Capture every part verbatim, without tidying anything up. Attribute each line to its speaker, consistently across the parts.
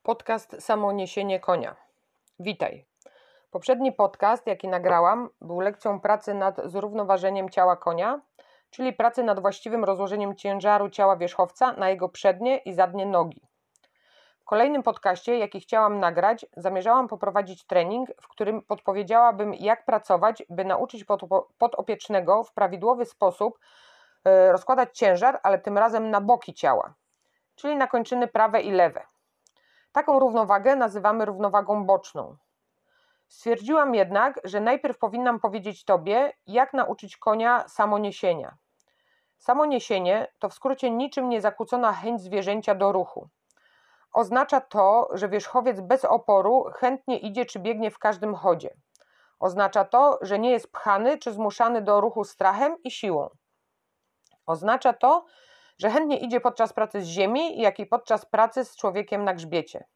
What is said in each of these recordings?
Speaker 1: Podcast Samoniesienie konia. Witaj. Poprzedni podcast, jaki nagrałam, był lekcją pracy nad zrównoważeniem ciała konia, czyli pracy nad właściwym rozłożeniem ciężaru ciała wierzchowca na jego przednie i zadnie nogi. W kolejnym podcaście, jaki chciałam nagrać, zamierzałam poprowadzić trening, w którym podpowiedziałabym, jak pracować, by nauczyć podopiecznego w prawidłowy sposób rozkładać ciężar, ale tym razem na boki ciała, czyli na kończyny prawe i lewe. Taką równowagę nazywamy równowagą boczną. Stwierdziłam jednak, że najpierw powinnam powiedzieć Tobie, jak nauczyć konia samoniesienia. Samoniesienie to w skrócie niczym niezakłócona chęć zwierzęcia do ruchu. Oznacza to, że wierzchowiec bez oporu chętnie idzie czy biegnie w każdym chodzie. Oznacza to, że nie jest pchany czy zmuszany do ruchu strachem i siłą. Oznacza to, że chętnie idzie podczas pracy z ziemi, jak i podczas pracy z człowiekiem na grzbiecie.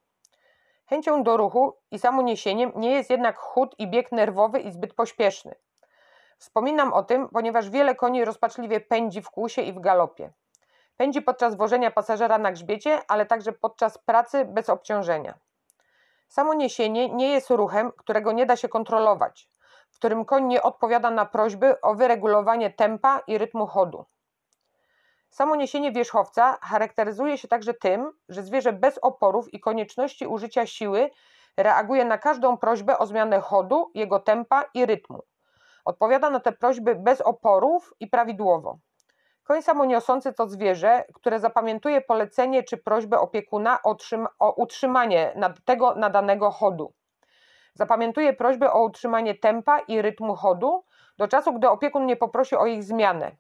Speaker 1: Chęcią do ruchu i samoniesieniem nie jest jednak chód i bieg nerwowy i zbyt pośpieszny. Wspominam o tym, ponieważ wiele koni rozpaczliwie pędzi w kłusie i w galopie. Pędzi podczas wożenia pasażera na grzbiecie, ale także podczas pracy bez obciążenia. Samoniesienie nie jest ruchem, którego nie da się kontrolować, w którym koń nie odpowiada na prośby o wyregulowanie tempa i rytmu chodu. Samoniesienie wierzchowca charakteryzuje się także tym, że zwierzę bez oporów i konieczności użycia siły reaguje na każdą prośbę o zmianę chodu, jego tempa i rytmu. Odpowiada na te prośby bez oporów i prawidłowo. Koń samoniosący to zwierzę, które zapamiętuje polecenie czy prośbę opiekuna o, o utrzymanie tego nadanego chodu. Zapamiętuje prośbę o utrzymanie tempa i rytmu chodu do czasu, gdy opiekun nie poprosi o ich zmianę.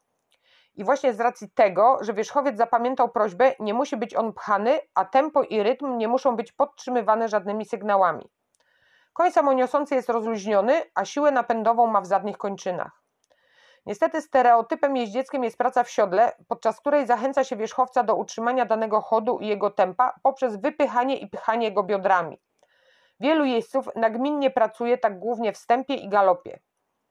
Speaker 1: I właśnie z racji tego, że wierzchowiec zapamiętał prośbę, nie musi być on pchany, a tempo i rytm nie muszą być podtrzymywane żadnymi sygnałami. Koń samoniosący jest rozluźniony, a siłę napędową ma w zadnich kończynach. Niestety stereotypem jeździeckim jest praca w siodle, podczas której zachęca się wierzchowca do utrzymania danego chodu i jego tempa poprzez wypychanie i pchanie go biodrami. Wielu jeźdźców nagminnie pracuje tak głównie w stępie i galopie.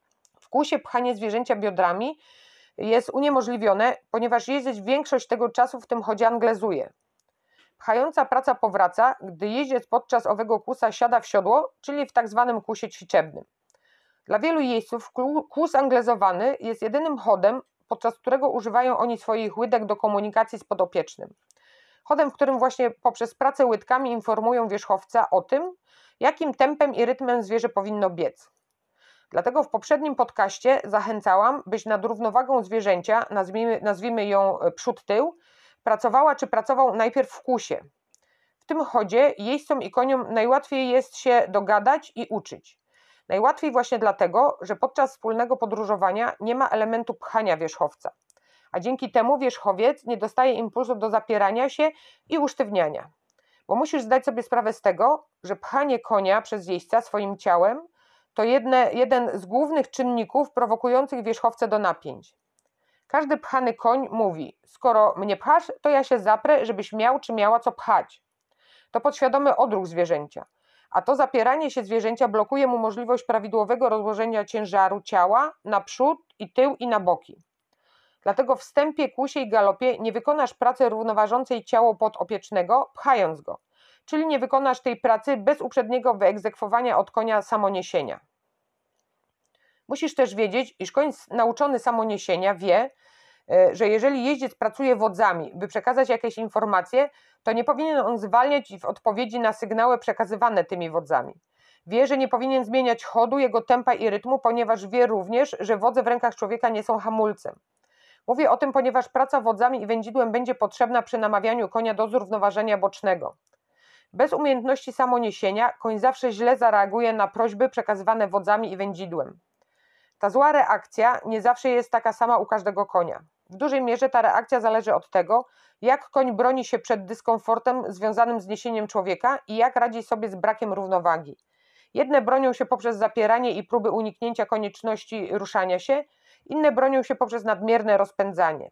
Speaker 1: W kłusie pchanie zwierzęcia biodrami jest uniemożliwione, ponieważ jeździec większość tego czasu w tym chodzie anglezuje. Pchająca praca powraca, gdy jeździec podczas owego kłusa siada w siodło, czyli w tak zwanym kłusie ćwiczebnym. Dla wielu jeźdźców kłus anglezowany jest jedynym chodem, podczas którego używają oni swoich łydek do komunikacji z podopiecznym. Chodem, w którym właśnie poprzez pracę łydkami informują wierzchowca o tym, jakim tempem i rytmem zwierzę powinno biec. Dlatego w poprzednim podcaście zachęcałam, byś nad równowagą zwierzęcia, nazwijmy, nazwijmy ją przód-tył, pracowała czy pracował najpierw w kłusie. W tym chodzie jeźdźcom i koniom najłatwiej jest się dogadać i uczyć. Najłatwiej właśnie dlatego, że podczas wspólnego podróżowania nie ma elementu pchania wierzchowca, a dzięki temu wierzchowiec nie dostaje impulsu do zapierania się i usztywniania. Bo musisz zdać sobie sprawę z tego, że pchanie konia przez jeźdźca swoim ciałem to jedne, jeden z głównych czynników prowokujących wierzchowcę do napięć. Każdy pchany koń mówi: skoro mnie pchasz, to ja się zaprę, żebyś miał czy miała co pchać. To podświadomy odruch zwierzęcia, a to zapieranie się zwierzęcia blokuje mu możliwość prawidłowego rozłożenia ciężaru ciała na przód i tył i na boki. Dlatego w stępie, kłusie i galopie nie wykonasz pracy równoważącej ciało podopiecznego, pchając go, czyli nie wykonasz tej pracy bez uprzedniego wyegzekwowania od konia samoniesienia. Musisz też wiedzieć, iż koń nauczony samoniesienia wie, że jeżeli jeździec pracuje wodzami, by przekazać jakieś informacje, to nie powinien on zwalniać w odpowiedzi na sygnały przekazywane tymi wodzami. Wie, że nie powinien zmieniać chodu, jego tempa i rytmu, ponieważ wie również, że wodze w rękach człowieka nie są hamulcem. Mówię o tym, ponieważ praca wodzami i wędzidłem będzie potrzebna przy namawianiu konia do zrównoważenia bocznego. Bez umiejętności samoniesienia koń zawsze źle zareaguje na prośby przekazywane wodzami i wędzidłem. Ta zła reakcja nie zawsze jest taka sama u każdego konia. W dużej mierze ta reakcja zależy od tego, jak koń broni się przed dyskomfortem związanym z niesieniem człowieka i jak radzi sobie z brakiem równowagi. Jedne bronią się poprzez zapieranie i próby uniknięcia konieczności ruszania się, inne bronią się poprzez nadmierne rozpędzanie.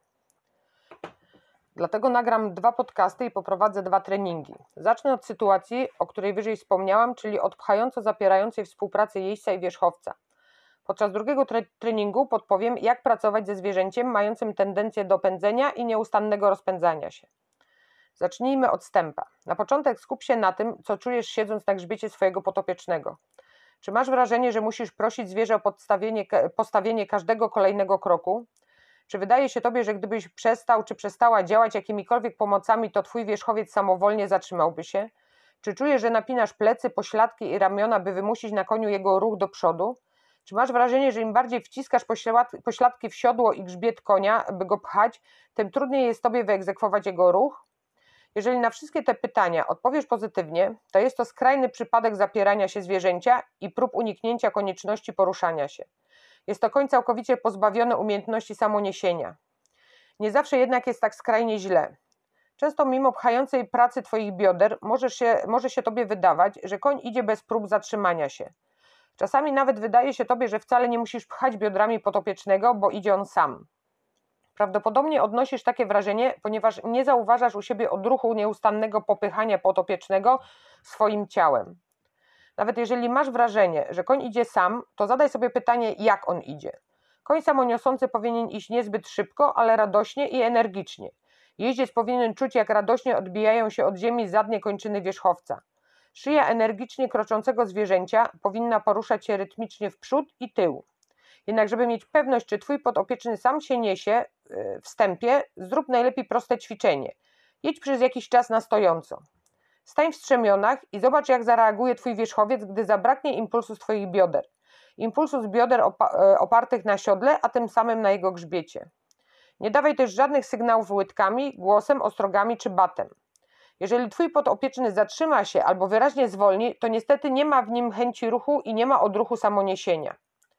Speaker 1: Dlatego nagram dwa podcasty i poprowadzę dwa treningi. Zacznę od sytuacji, o której wyżej wspomniałam, czyli od pchająco-zapierającej współpracy jeźdźca i wierzchowca. Podczas drugiego tre- treningu podpowiem, jak pracować ze zwierzęciem mającym tendencję do pędzenia i nieustannego rozpędzania się. Zacznijmy od wstępa. Na początek skup się na tym, co czujesz siedząc na grzbiecie swojego podopiecznego. Czy masz wrażenie, że musisz prosić zwierzę o podstawienie, postawienie każdego kolejnego kroku? Czy wydaje się tobie, że gdybyś przestał czy przestała działać jakimikolwiek pomocami, to twój wierzchowiec samowolnie zatrzymałby się? Czy czujesz, że napinasz plecy, pośladki i ramiona, by wymusić na koniu jego ruch do przodu? Czy masz wrażenie, że im bardziej wciskasz pośladki w siodło i grzbiet konia, by go pchać, tym trudniej jest tobie wyegzekwować jego ruch? Jeżeli na wszystkie te pytania odpowiesz pozytywnie, to jest to skrajny przypadek zapierania się zwierzęcia i prób uniknięcia konieczności poruszania się. Jest to koń całkowicie pozbawiony umiejętności samoniesienia. Nie zawsze jednak jest tak skrajnie źle. Często mimo pchającej pracy twoich bioder może się, może się tobie wydawać, że koń idzie bez prób zatrzymania się. Czasami nawet wydaje się tobie, że wcale nie musisz pchać biodrami podopiecznego, bo idzie on sam. Prawdopodobnie odnosisz takie wrażenie, ponieważ nie zauważasz u siebie odruchu nieustannego popychania podopiecznego swoim ciałem. Nawet jeżeli masz wrażenie, że koń idzie sam, to zadaj sobie pytanie, jak on idzie. Koń samoniosący powinien iść niezbyt szybko, ale radośnie i energicznie. Jeździec powinien czuć, jak radośnie odbijają się od ziemi zadnie kończyny wierzchowca. Szyja energicznie kroczącego zwierzęcia powinna poruszać się rytmicznie w przód i tył. Jednak żeby mieć pewność, czy twój podopieczny sam się niesie w wstępie, zrób najlepiej proste ćwiczenie. Jedź przez jakiś czas na stojąco. Stań w strzemionach i zobacz, jak zareaguje twój wierzchowiec, gdy zabraknie impulsu z twoich bioder. Impulsu z bioder opartych na siodle, a tym samym na jego grzbiecie. Nie dawaj też żadnych sygnałów łydkami, głosem, ostrogami czy batem. Jeżeli twój podopieczny zatrzyma się albo wyraźnie zwolni, to niestety nie ma w nim chęci ruchu i nie ma odruchu samoniesienia.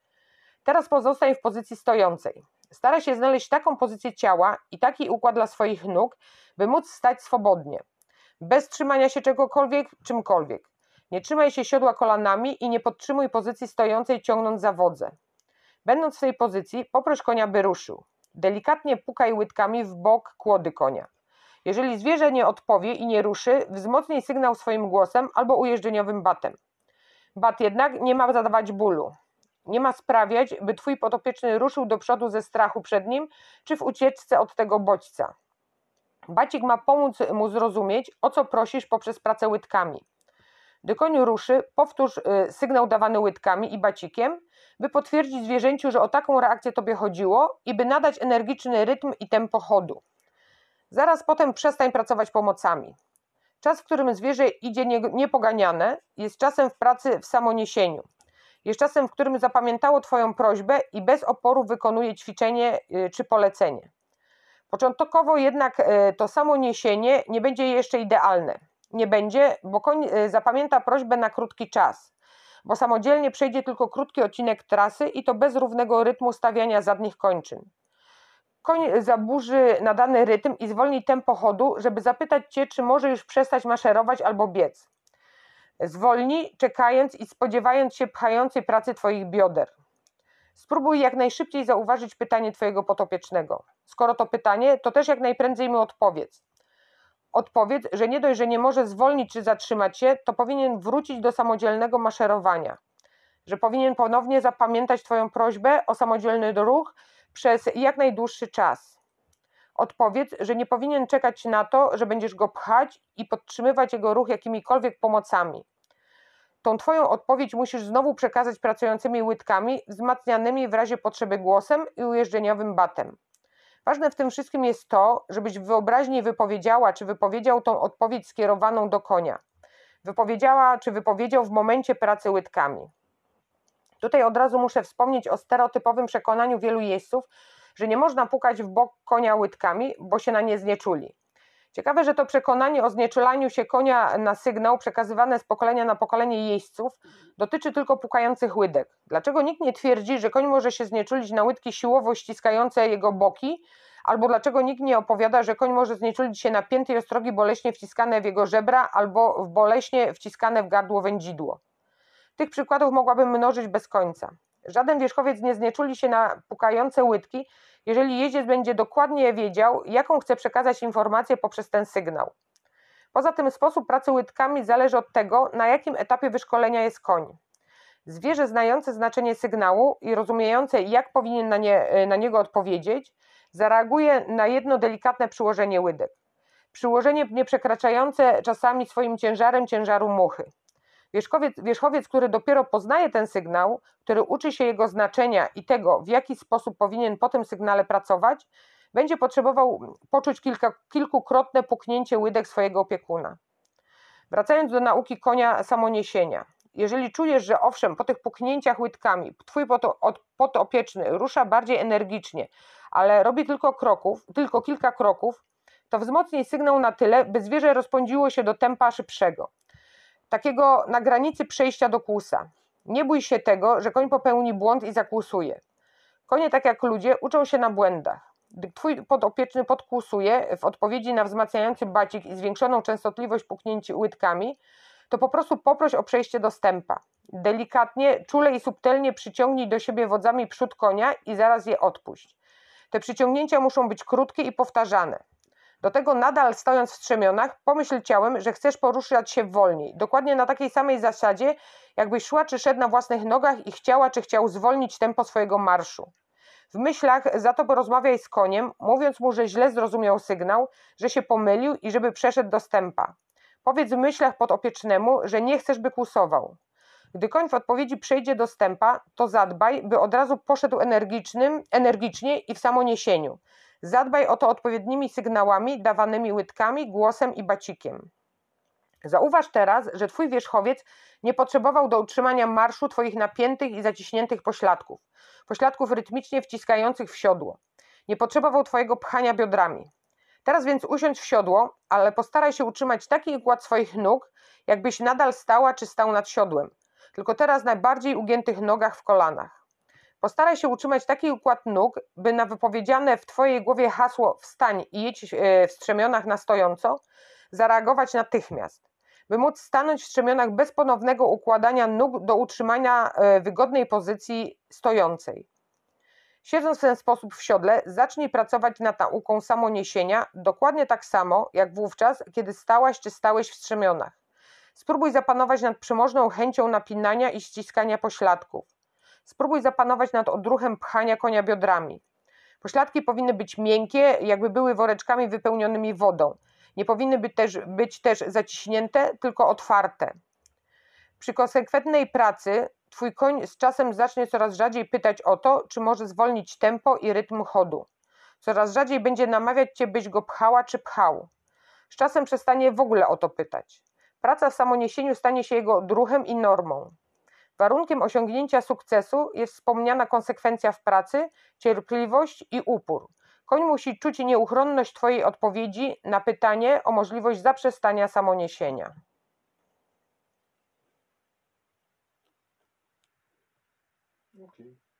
Speaker 1: Teraz pozostań w pozycji stojącej. Staraj się znaleźć taką pozycję ciała i taki układ dla swoich nóg, by móc stać swobodnie. Bez trzymania się czegokolwiek, czymkolwiek. Nie trzymaj się siodła kolanami i nie podtrzymuj pozycji stojącej, ciągnąc za wodze. Będąc w tej pozycji, poproś konia, by ruszył. Delikatnie pukaj łydkami w bok kłody konia. Jeżeli zwierzę nie odpowie i nie ruszy, wzmocnij sygnał swoim głosem albo ujeżdżeniowym batem. Bat jednak nie ma zadawać bólu. Nie ma sprawiać, by twój podopieczny ruszył do przodu ze strachu przed nim, czy w ucieczce od tego bodźca. Bacik ma pomóc mu zrozumieć, o co prosisz poprzez pracę łydkami. Gdy koń ruszy, powtórz sygnał dawany łydkami i bacikiem, by potwierdzić zwierzęciu, że o taką reakcję tobie chodziło i by nadać energiczny rytm i tempo chodu. Zaraz potem przestań pracować pomocami. Czas, w którym zwierzę idzie niepoganiane, jest czasem w pracy w samoniesieniu. Jest czasem, w którym zapamiętało twoją prośbę i bez oporu wykonuje ćwiczenie czy polecenie. Początkowo jednak to samo niesienie nie będzie jeszcze idealne. Nie będzie, bo koń zapamięta prośbę na krótki czas, bo samodzielnie przejdzie tylko krótki odcinek trasy i to bez równego rytmu stawiania zadnich kończyn. Koń zaburzy nadany rytm i zwolni tempo chodu, żeby zapytać cię, czy może już przestać maszerować albo biec. Zwolni, czekając i spodziewając się pchającej pracy twoich bioder. Spróbuj jak najszybciej zauważyć pytanie twojego podopiecznego. Skoro to pytanie, to też jak najprędzej mu odpowiedz. Odpowiedz, że nie dość, że nie może zwolnić czy zatrzymać się, to powinien wrócić do samodzielnego maszerowania. Że powinien ponownie zapamiętać twoją prośbę o samodzielny ruch przez jak najdłuższy czas. Odpowiedz, że nie powinien czekać na to, że będziesz go pchać i podtrzymywać jego ruch jakimikolwiek pomocami. Tą twoją odpowiedź musisz znowu przekazać pracującymi łydkami, wzmacnianymi w razie potrzeby głosem i ujeżdżeniowym batem. Ważne w tym wszystkim jest to, żebyś wyobraźnie wypowiedziała czy wypowiedział tą odpowiedź skierowaną do konia. Wypowiedziała czy wypowiedział w momencie pracy łydkami. Tutaj od razu muszę wspomnieć o stereotypowym przekonaniu wielu jeźdźców, że nie można pukać w bok konia łydkami, bo się na nie znieczuli. Ciekawe, że to przekonanie o znieczulaniu się konia na sygnał przekazywane z pokolenia na pokolenie jeźdźców dotyczy tylko pukających łydek. Dlaczego nikt nie twierdzi, że koń może się znieczulić na łydki siłowo ściskające jego boki, albo dlaczego nikt nie opowiada, że koń może znieczulić się na pięty i ostrogi boleśnie wciskane w jego żebra albo w boleśnie wciskane w gardło wędzidło. Tych przykładów mogłabym mnożyć bez końca. Żaden wierzchowiec nie znieczuli się na pukające łydki, jeżeli jeździec będzie dokładnie wiedział, jaką chce przekazać informację poprzez ten sygnał. Poza tym sposób pracy łydkami zależy od tego, na jakim etapie wyszkolenia jest koń. Zwierzę znające znaczenie sygnału i rozumiejące, jak powinien na, nie, na niego odpowiedzieć, zareaguje na jedno delikatne przyłożenie łydek. Przyłożenie nieprzekraczające czasami swoim ciężarem ciężaru muchy. Wierzchowiec, wierzchowiec, który dopiero poznaje ten sygnał, który uczy się jego znaczenia i tego, w jaki sposób powinien po tym sygnale pracować, będzie potrzebował poczuć kilka, kilkukrotne puknięcie łydek swojego opiekuna. Wracając do nauki konia samoniesienia. Jeżeli czujesz, że owszem, po tych puknięciach łydkami twój podopieczny rusza bardziej energicznie, ale robi tylko kroków, tylko kilka kroków, to wzmocnij sygnał na tyle, by zwierzę rozpędziło się do tempa szybszego. Takiego na granicy przejścia do kłusa. Nie bój się tego, że koń popełni błąd i zakłusuje. Konie, tak jak ludzie, uczą się na błędach. Gdy twój podopieczny podkłusuje w odpowiedzi na wzmacniający bacik i zwiększoną częstotliwość puknięć łydkami, to po prostu poproś o przejście do stępa. Delikatnie, czule i subtelnie przyciągnij do siebie wodzami przód konia i zaraz je odpuść. Te przyciągnięcia muszą być krótkie i powtarzane. Do tego nadal stojąc w strzemionach, pomyśl ciałem, że chcesz poruszać się wolniej. Dokładnie na takiej samej zasadzie, jakbyś szła czy szedł na własnych nogach i chciała czy chciał zwolnić tempo swojego marszu. W myślach za to porozmawiaj z koniem, mówiąc mu, że źle zrozumiał sygnał, że się pomylił i żeby przeszedł do stępa. Powiedz w myślach podopiecznemu, że nie chcesz, by kłusował. Gdy koń w odpowiedzi przejdzie do stępa, to zadbaj, by od razu poszedł energicznym, energicznie i w samoniesieniu. Zadbaj o to odpowiednimi sygnałami dawanymi łydkami, głosem i bacikiem. Zauważ teraz, że twój wierzchowiec nie potrzebował do utrzymania marszu twoich napiętych i zaciśniętych pośladków, pośladków rytmicznie wciskających w siodło. Nie potrzebował twojego pchania biodrami. Teraz więc usiądź w siodło, ale postaraj się utrzymać taki układ swoich nóg, jakbyś nadal stała czy stał nad siodłem, tylko teraz na bardziej ugiętych nogach w kolanach. Postaraj się utrzymać taki układ nóg, by na wypowiedziane w twojej głowie hasło wstań i jedź w strzemionach na stojąco, zareagować natychmiast. By móc stanąć w strzemionach bez ponownego układania nóg do utrzymania wygodnej pozycji stojącej. Siedząc w ten sposób w siodle, zacznij pracować nad nauką samoniesienia dokładnie tak samo, jak wówczas, kiedy stałaś czy stałeś w strzemionach. Spróbuj zapanować nad przemożną chęcią napinania i ściskania pośladków. Spróbuj zapanować nad odruchem pchania konia biodrami. Pośladki powinny być miękkie, jakby były woreczkami wypełnionymi wodą. Nie powinny być też, być też zaciśnięte, tylko otwarte. Przy konsekwentnej pracy twój koń z czasem zacznie coraz rzadziej pytać o to, czy może zwolnić tempo i rytm chodu. Coraz rzadziej będzie namawiać cię, byś go pchała czy pchał. Z czasem przestanie w ogóle o to pytać. Praca w samoniesieniu stanie się jego odruchem i normą. Warunkiem osiągnięcia sukcesu jest wspomniana konsekwencja w pracy, cierpliwość i upór. Koń musi czuć nieuchronność twojej odpowiedzi na pytanie o możliwość zaprzestania samoniesienia.
Speaker 2: Okay.